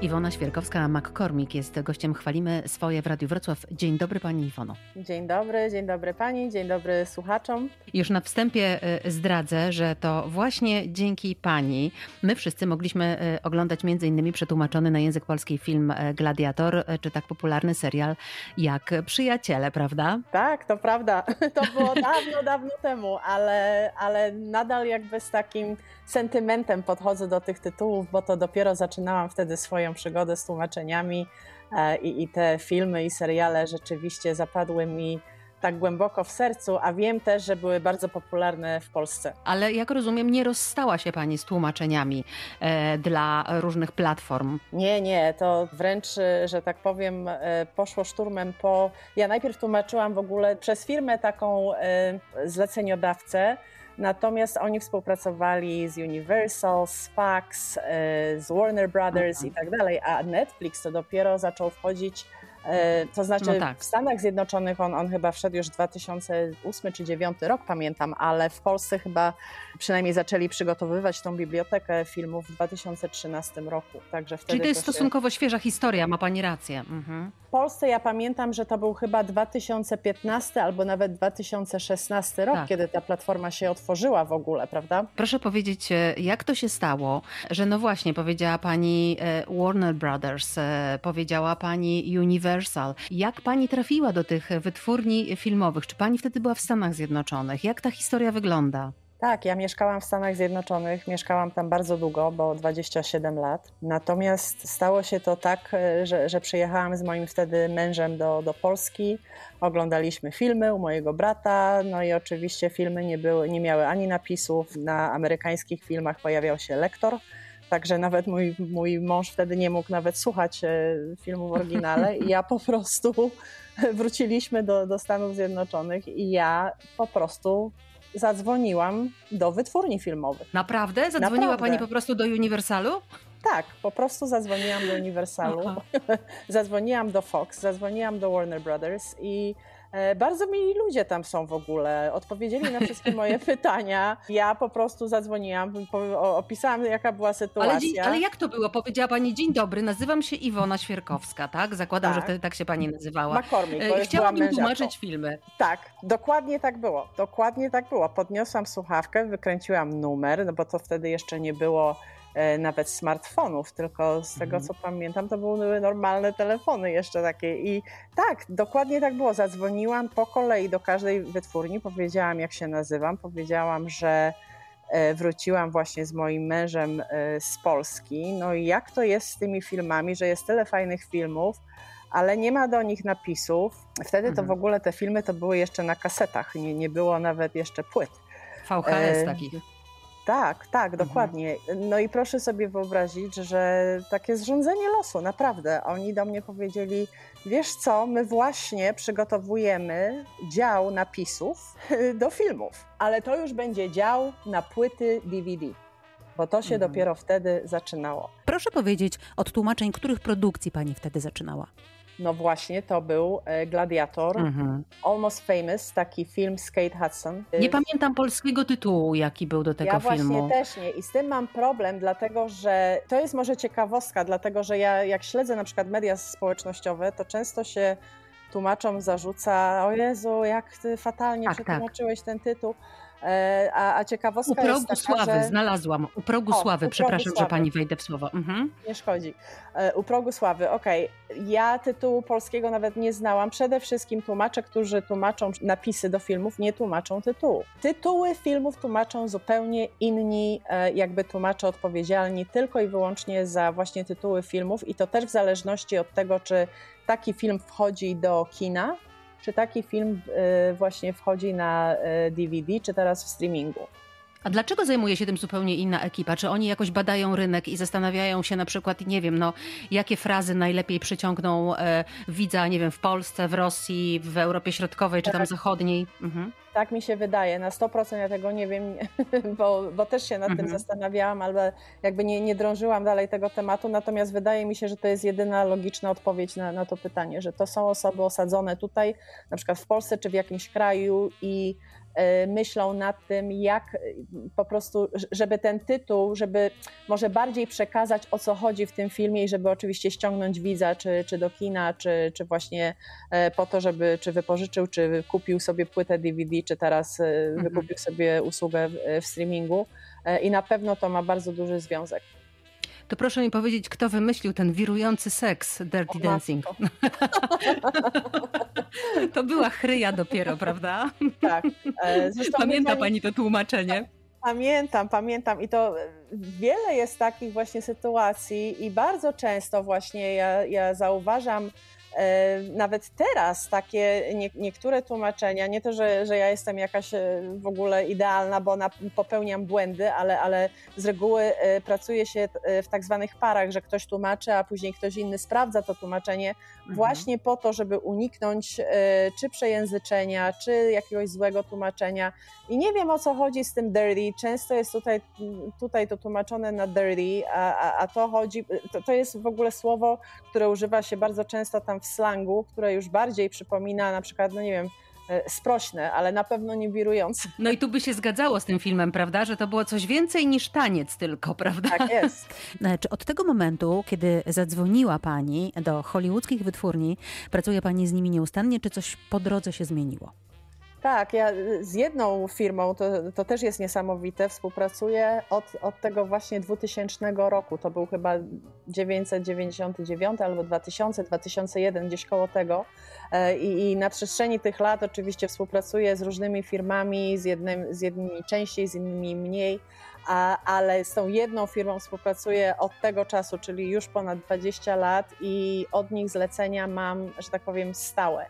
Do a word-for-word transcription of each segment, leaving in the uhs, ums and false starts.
Iwona Świerkowska-McCormick jest gościem Chwalimy Swoje w Radiu Wrocław. Dzień dobry Pani Iwono. Dzień dobry, dzień dobry Pani, dzień dobry słuchaczom. Już na wstępie zdradzę, że to właśnie dzięki Pani my wszyscy mogliśmy oglądać między innymi przetłumaczony na język polski film Gladiator, czy tak popularny serial jak Przyjaciele, prawda? Tak, to prawda. To było dawno, dawno temu, ale, ale nadal jakby z takim sentymentem podchodzę do tych tytułów, bo to dopiero zaczynałam wtedy swoją przygodę z tłumaczeniami i, i te filmy i seriale rzeczywiście zapadły mi tak głęboko w sercu, a wiem też, że były bardzo popularne w Polsce. Ale jak rozumiem, nie rozstała się Pani z tłumaczeniami e, dla różnych platform. Nie, nie, to wręcz, że tak powiem, poszło szturmem po... Ja najpierw tłumaczyłam w ogóle przez firmę taką e, zleceniodawcę, natomiast oni współpracowali z Universal, z Fox, z Warner Brothers mhm. i tak dalej, a Netflix to dopiero zaczął wchodzić, to znaczy no tak. w Stanach Zjednoczonych on, on chyba wszedł już dwa tysiące ósmy czy dwa tysiące dziewiąty rok, pamiętam, ale w Polsce chyba przynajmniej zaczęli przygotowywać tą bibliotekę filmów w dwa tysiące trzynastym roku. Także wtedy Czyli to jest to się... stosunkowo świeża historia, ma Pani rację. Mhm. W Polsce ja pamiętam, że to był chyba dwa tysiące piętnasty albo nawet dwa tysiące szesnasty rok, tak. kiedy ta platforma się otworzyła w ogóle, prawda? Proszę powiedzieć, jak to się stało, że no właśnie powiedziała Pani Warner Brothers, powiedziała Pani Universal. Jak Pani trafiła do tych wytwórni filmowych? Czy Pani wtedy była w Stanach Zjednoczonych? Jak ta historia wygląda? Tak, ja mieszkałam w Stanach Zjednoczonych, mieszkałam tam bardzo długo, bo dwadzieścia siedem lat. Natomiast stało się to tak, że, że przyjechałam z moim wtedy mężem do, do Polski, oglądaliśmy filmy u mojego brata, no i oczywiście filmy nie, były, nie miały ani napisów, na amerykańskich filmach pojawiał się lektor, także nawet mój, mój mąż wtedy nie mógł nawet słuchać filmu w oryginale i ja po prostu wróciliśmy do, do Stanów Zjednoczonych i ja po prostu zadzwoniłam do wytwórni filmowych. Naprawdę? Zadzwoniła Naprawdę. Pani po prostu do Universalu? Tak, po prostu zadzwoniłam do Universalu, zadzwoniłam do Fox, zadzwoniłam do Warner Brothers i e, bardzo mili ludzie tam są w ogóle. Odpowiedzieli na wszystkie moje pytania. Ja po prostu zadzwoniłam, po, opisałam jaka była sytuacja. Ale, ale jak to było? Powiedziała Pani, dzień dobry, nazywam się Iwona Świerkowska, tak? Zakładam, tak. że wtedy tak się Pani nazywała. McCormick, bo chciałabym tłumaczyć filmy. Tak, dokładnie tak było. Dokładnie tak było. Podniosłam słuchawkę, wykręciłam numer, no bo to wtedy jeszcze nie było nawet smartfonów, tylko z tego co pamiętam to były normalne telefony jeszcze takie i tak, dokładnie tak było, zadzwoniłam po kolei do każdej wytwórni, powiedziałam jak się nazywam, powiedziałam, że wróciłam właśnie z moim mężem z Polski, no i jak to jest z tymi filmami, że jest tyle fajnych filmów, ale nie ma do nich napisów, wtedy to w ogóle te filmy to były jeszcze na kasetach, nie, nie było nawet jeszcze płyt. V H S e... takich. Tak, tak, dokładnie. No i proszę sobie wyobrazić, że takie zrządzenie losu, naprawdę. Oni do mnie powiedzieli, wiesz co, my właśnie przygotowujemy dział napisów do filmów, ale to już będzie dział na płyty D V D, bo to się mhm. dopiero wtedy zaczynało. Proszę powiedzieć, od tłumaczeń których produkcji Pani wtedy zaczynała? No właśnie, to był Gladiator, mhm. Almost Famous, taki film z Kate Hudson. Nie pamiętam polskiego tytułu, jaki był do tego ja filmu. Ja właśnie też nie i z tym mam problem, dlatego że to jest może ciekawostka, dlatego że ja jak śledzę na przykład media społecznościowe, to często się tłumaczom zarzuca, o Jezu, jak ty fatalnie tak, przetłumaczyłeś tak. ten tytuł. A, a ciekawostka U progu jest taka, sławy, że... znalazłam. U progu o, sławy, u przepraszam, progu że Pani wejdę w słowo. Mhm. Nie szkodzi. U progu sławy, okej. Okay. Ja tytułu polskiego nawet nie znałam. Przede wszystkim tłumacze, którzy tłumaczą napisy do filmów, nie tłumaczą tytułu. Tytuły filmów tłumaczą zupełnie inni, jakby tłumacze odpowiedzialni tylko i wyłącznie za właśnie tytuły filmów i to też w zależności od tego, czy taki film wchodzi do kina, czy taki film właśnie wchodzi na D V D, czy teraz w streamingu. A dlaczego zajmuje się tym zupełnie inna ekipa? Czy oni jakoś badają rynek i zastanawiają się na przykład, nie wiem, no, jakie frazy najlepiej przyciągną e, widza, nie wiem, w Polsce, w Rosji, w Europie Środkowej, czy tam tak. zachodniej? Mhm. Tak mi się wydaje, na sto procent ja tego nie wiem, bo, bo też się nad mhm. tym zastanawiałam, ale jakby nie, nie drążyłam dalej tego tematu, natomiast wydaje mi się, że to jest jedyna logiczna odpowiedź na, na to pytanie, że to są osoby osadzone tutaj, na przykład w Polsce czy w jakimś kraju i myślą nad tym, jak po prostu, żeby ten tytuł, żeby może bardziej przekazać, o co chodzi w tym filmie i żeby oczywiście ściągnąć widza, czy, czy do kina, czy, czy właśnie po to, żeby czy wypożyczył, czy kupił sobie płytę D V D, czy teraz mhm. wykupił sobie usługę w, w streamingu i na pewno to ma bardzo duży związek. To proszę mi powiedzieć, kto wymyślił ten wirujący seks Dirty o, Dancing? To była chryja dopiero, prawda? Tak. Zresztą Pamięta pani, pani to tłumaczenie? Pamiętam, pamiętam i to wiele jest takich właśnie sytuacji i bardzo często właśnie ja, ja zauważam, nawet teraz takie nie, niektóre tłumaczenia, nie to, że, że ja jestem jakaś w ogóle idealna, bo na, popełniam błędy, ale, ale z reguły pracuje się w tak zwanych parach, że ktoś tłumaczy, a później ktoś inny sprawdza to tłumaczenie mhm. właśnie po to, żeby uniknąć czy przejęzyczenia, czy jakiegoś złego tłumaczenia. I nie wiem, o co chodzi z tym dirty. Często jest tutaj, tutaj to tłumaczone na dirty, a, a, a to chodzi, to, to jest w ogóle słowo, które używa się bardzo często tam w slangu, które już bardziej przypomina na przykład, no nie wiem, sprośne, ale na pewno nie wirujące. No i tu by się zgadzało z tym filmem, prawda? Że to było coś więcej niż taniec tylko, prawda? Tak jest. Czy od tego momentu, kiedy zadzwoniła pani do hollywoodzkich wytwórni, pracuje pani z nimi nieustannie, czy coś po drodze się zmieniło? Tak, ja z jedną firmą, to, to też jest niesamowite, współpracuję od, od tego właśnie dwutysięcznego roku. To był chyba dziewięćset dziewięćdziesiąty dziewiąty albo dwa tysiące, dwa tysiące jeden, gdzieś koło tego. I, i na przestrzeni tych lat oczywiście współpracuję z różnymi firmami, z, jednym, z jednymi częściej, z innymi mniej, a, ale z tą jedną firmą współpracuję od tego czasu, czyli już ponad dwadzieścia lat i od nich zlecenia mam, że tak powiem, stałe.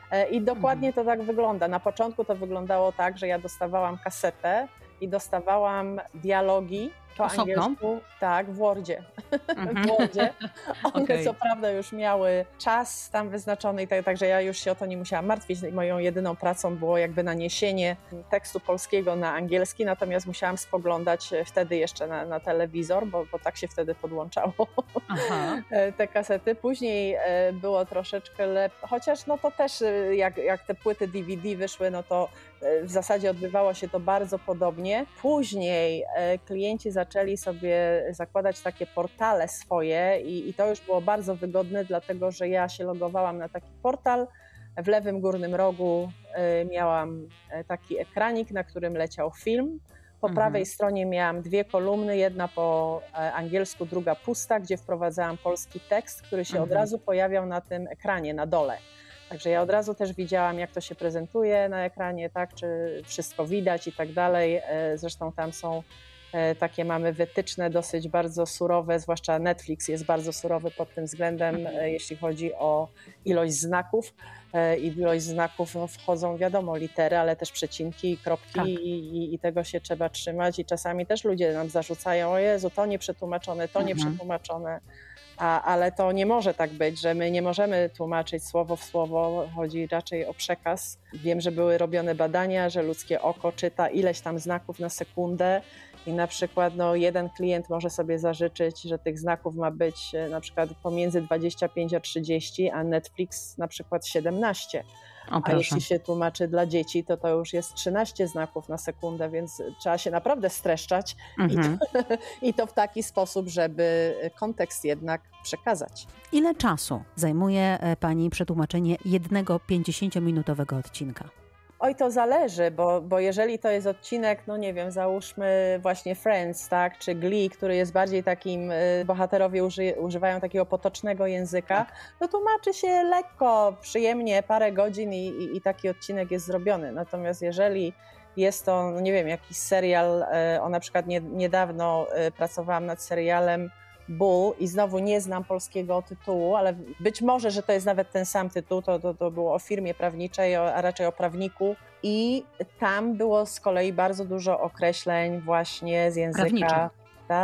I dokładnie to tak wygląda. Na początku to wyglądało tak, że ja dostawałam kasetę i dostawałam dialogi po Osobno? angielsku, tak, w Wordzie. w Wordzie. One okay. co prawda już miały czas tam wyznaczony, tak, także ja już się o to nie musiałam martwić. Moją jedyną pracą było jakby naniesienie tekstu polskiego na angielski, natomiast musiałam spoglądać wtedy jeszcze na, na telewizor, bo, bo tak się wtedy podłączało Aha. te kasety. Później było troszeczkę lepiej, chociaż no to też jak, jak te płyty D V D wyszły, no to w zasadzie odbywało się to bardzo podobnie. Później klienci zaczęli sobie zakładać takie portale swoje i, i to już było bardzo wygodne, dlatego że ja się logowałam na taki portal. W lewym górnym rogu miałam taki ekranik, na którym leciał film. Po mhm. prawej stronie miałam dwie kolumny, jedna po angielsku, druga pusta, gdzie wprowadzałam polski tekst, który się mhm. od razu pojawiał na tym ekranie, na dole. Także ja od razu też widziałam, jak to się prezentuje na ekranie, tak, czy wszystko widać i tak dalej. Zresztą tam są takie, mamy wytyczne dosyć bardzo surowe, zwłaszcza Netflix jest bardzo surowy pod tym względem, jeśli chodzi o ilość znaków. I ilość znaków no, wchodzą, wiadomo, litery, ale też przecinki, kropki tak. i, i, i tego się trzeba trzymać. I czasami też ludzie nam zarzucają, o Jezu, to nie przetłumaczone, to nie mhm. przetłumaczone. A, ale to nie może tak być, że my nie możemy tłumaczyć słowo w słowo, chodzi raczej o przekaz. Wiem, że były robione badania, że ludzkie oko czyta ileś tam znaków na sekundę i na przykład no, jeden klient może sobie zażyczyć, że tych znaków ma być na przykład pomiędzy dwadzieścia pięć a trzydzieści, a Netflix na przykład siedemnaście. O, a jeśli się tłumaczy dla dzieci, to to już jest trzynaście znaków na sekundę, więc trzeba się naprawdę streszczać mhm. i, to, i to w taki sposób, żeby kontekst jednak przekazać. Ile czasu zajmuje pani przetłumaczenie jednego pięćdziesięciominutowego odcinka? Oj, to zależy, bo, bo jeżeli to jest odcinek, no nie wiem, załóżmy właśnie Friends, tak, czy Glee, który jest bardziej takim, bohaterowie uży, używają takiego potocznego języka, tak. no tłumaczy się lekko, przyjemnie, parę godzin i, i, i taki odcinek jest zrobiony. Natomiast jeżeli jest to, no nie wiem, jakiś serial, o na przykład nie, niedawno pracowałam nad serialem Bull i znowu nie znam polskiego tytułu, ale być może, że to jest nawet ten sam tytuł, to, to, to było o firmie prawniczej, a raczej o prawniku i tam było z kolei bardzo dużo określeń właśnie z języka. Prawniczych. Tak,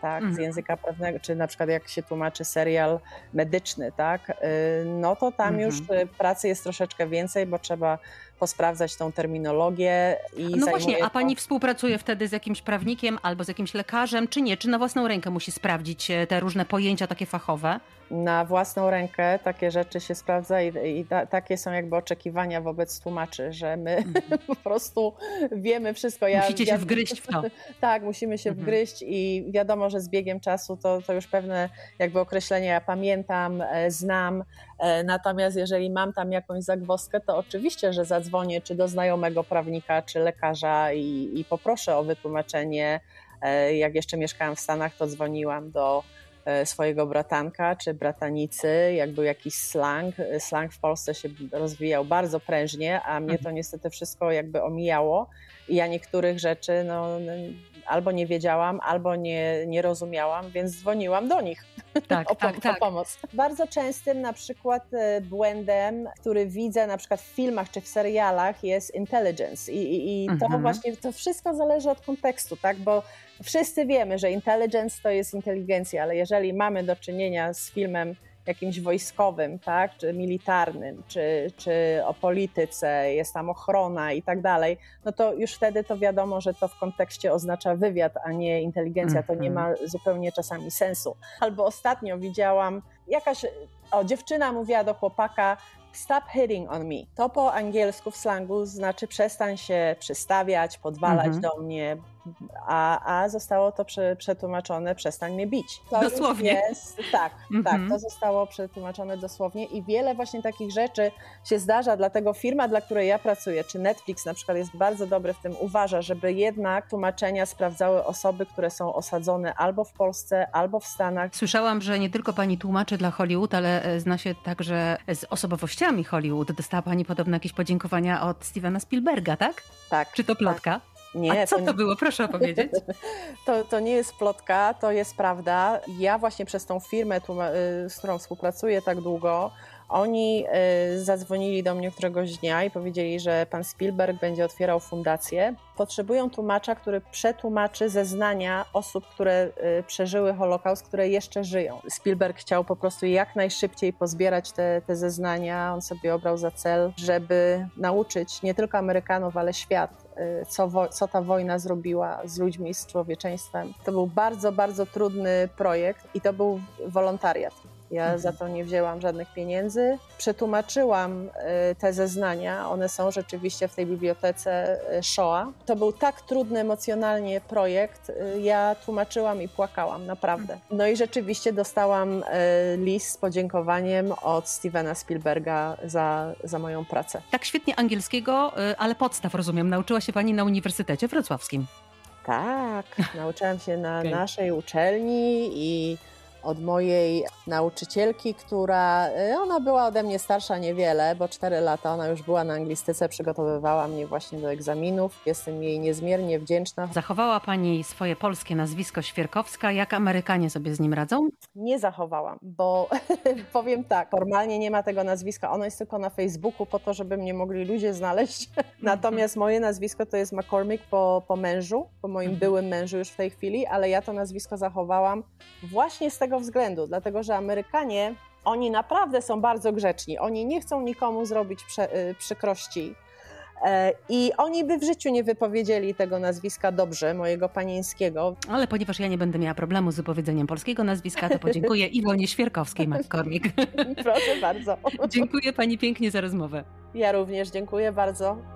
tak, z Mhm. języka prawnego, czy na przykład jak się tłumaczy serial medyczny, tak, y, no to tam już Mhm. y, pracy jest troszeczkę więcej, bo trzeba posprawdzać tą terminologię i No zajmuje właśnie, a to... pani współpracuje wtedy z jakimś prawnikiem albo z jakimś lekarzem, czy nie? Czy na własną rękę musi sprawdzić e, te różne pojęcia takie fachowe? Na własną rękę takie rzeczy się sprawdza i, i ta, takie są jakby oczekiwania wobec tłumaczy, że my Mhm. po prostu wiemy wszystko. Ja, Musicie się ja, wgryźć w to. Tak, musimy się Mhm. wgryźć i wiadomo, że z biegiem czasu to, to już pewne jakby określenia ja pamiętam, e, znam, e, natomiast jeżeli mam tam jakąś zagwozdkę, to oczywiście, że zadzwonię czy do znajomego prawnika, czy lekarza i, i poproszę o wytłumaczenie. E, jak jeszcze mieszkałam w Stanach, to dzwoniłam do e, swojego bratanka czy bratanicy, jak był jakiś slang. Slang w Polsce się rozwijał bardzo prężnie, a mnie to niestety wszystko jakby omijało i ja niektórych rzeczy no, no, albo nie wiedziałam, albo nie, nie rozumiałam, więc dzwoniłam do nich Tak, o, tak, pom- tak. o pomoc. Bardzo częstym na przykład e, błędem, który widzę na przykład w filmach czy w serialach, jest intelligence i, i, i to Mhm. właśnie, to wszystko zależy od kontekstu, tak, bo wszyscy wiemy, że intelligence to jest inteligencja, ale jeżeli mamy do czynienia z filmem jakimś wojskowym, tak, czy militarnym, czy, czy o polityce, jest tam ochrona i tak dalej, no to już wtedy to wiadomo, że to w kontekście oznacza wywiad, a nie inteligencja. To nie Mhm. ma zupełnie czasami sensu. Albo ostatnio widziałam, jakaś o, dziewczyna mówiła do chłopaka: stop hitting on me. To po angielsku w slangu znaczy przestań się przystawiać, podwalać Mhm. do mnie, a, a zostało to prze, przetłumaczone: przestań mnie bić. To już Dosłownie. Jest, tak, Mhm. tak, to zostało przetłumaczone dosłownie i wiele właśnie takich rzeczy się zdarza, dlatego firma, dla której ja pracuję, czy Netflix na przykład, jest bardzo dobry w tym, uważa, żeby jednak tłumaczenia sprawdzały osoby, które są osadzone albo w Polsce, albo w Stanach. Słyszałam, że nie tylko pani tłumaczy dla Hollywood, ale e, zna się także z osobowościami Hollywood. Dostała pani podobno jakieś podziękowania od Stevena Spielberga, tak? Tak. Czy to plotka? Tak. Nie, A co to, to było? Proszę opowiedzieć. to, to nie jest plotka, to jest prawda. Ja właśnie przez tą firmę, tłuma- y, z którą współpracuję tak długo, oni y, zadzwonili do mnie któregoś dnia i powiedzieli, że pan Spielberg będzie otwierał fundację. Potrzebują tłumacza, który przetłumaczy zeznania osób, które y, przeżyły Holokaust, które jeszcze żyją. Spielberg chciał po prostu jak najszybciej pozbierać te, te zeznania. On sobie obrał za cel, żeby nauczyć nie tylko Amerykanów, ale świat, y, co, wo- co ta wojna zrobiła z ludźmi, z człowieczeństwem. To był bardzo, bardzo trudny projekt i to był wolontariat. Ja Mhm. za to nie wzięłam żadnych pieniędzy. Przetłumaczyłam y, te zeznania. One są rzeczywiście w tej bibliotece y, Shoah. To był tak trudny emocjonalnie projekt. Y, ja tłumaczyłam i płakałam, naprawdę. No i rzeczywiście dostałam y, list z podziękowaniem od Stevena Spielberga za, za moją pracę. Tak świetnie angielskiego, y, ale podstaw, rozumiem, nauczyła się pani na Uniwersytecie Wrocławskim. Tak, nauczyłam się na Okej. naszej uczelni i od mojej nauczycielki, która, y, ona była ode mnie starsza niewiele, bo cztery lata, ona już była na anglistyce, przygotowywała mnie właśnie do egzaminów. Jestem jej niezmiernie wdzięczna. Zachowała pani swoje polskie nazwisko Świerkowska. Jak Amerykanie sobie z nim radzą? Nie zachowałam, bo powiem tak, formalnie nie ma tego nazwiska, ono jest tylko na Facebooku po to, żeby mnie mogli ludzie znaleźć. Natomiast moje nazwisko to jest McCormick po, po mężu, po moim byłym mężu już w tej chwili, ale ja to nazwisko zachowałam właśnie z tego względu, dlatego że Amerykanie, oni naprawdę są bardzo grzeczni, oni nie chcą nikomu zrobić prze, y, przykrości. E, I oni by w życiu nie wypowiedzieli tego nazwiska dobrze, mojego panieńskiego. Ale ponieważ ja nie będę miała problemu z wypowiedzeniem polskiego nazwiska, to podziękuję Iwonie Świerkowskiej McCormick. Proszę bardzo. Dziękuję pani pięknie za rozmowę. Ja również dziękuję bardzo.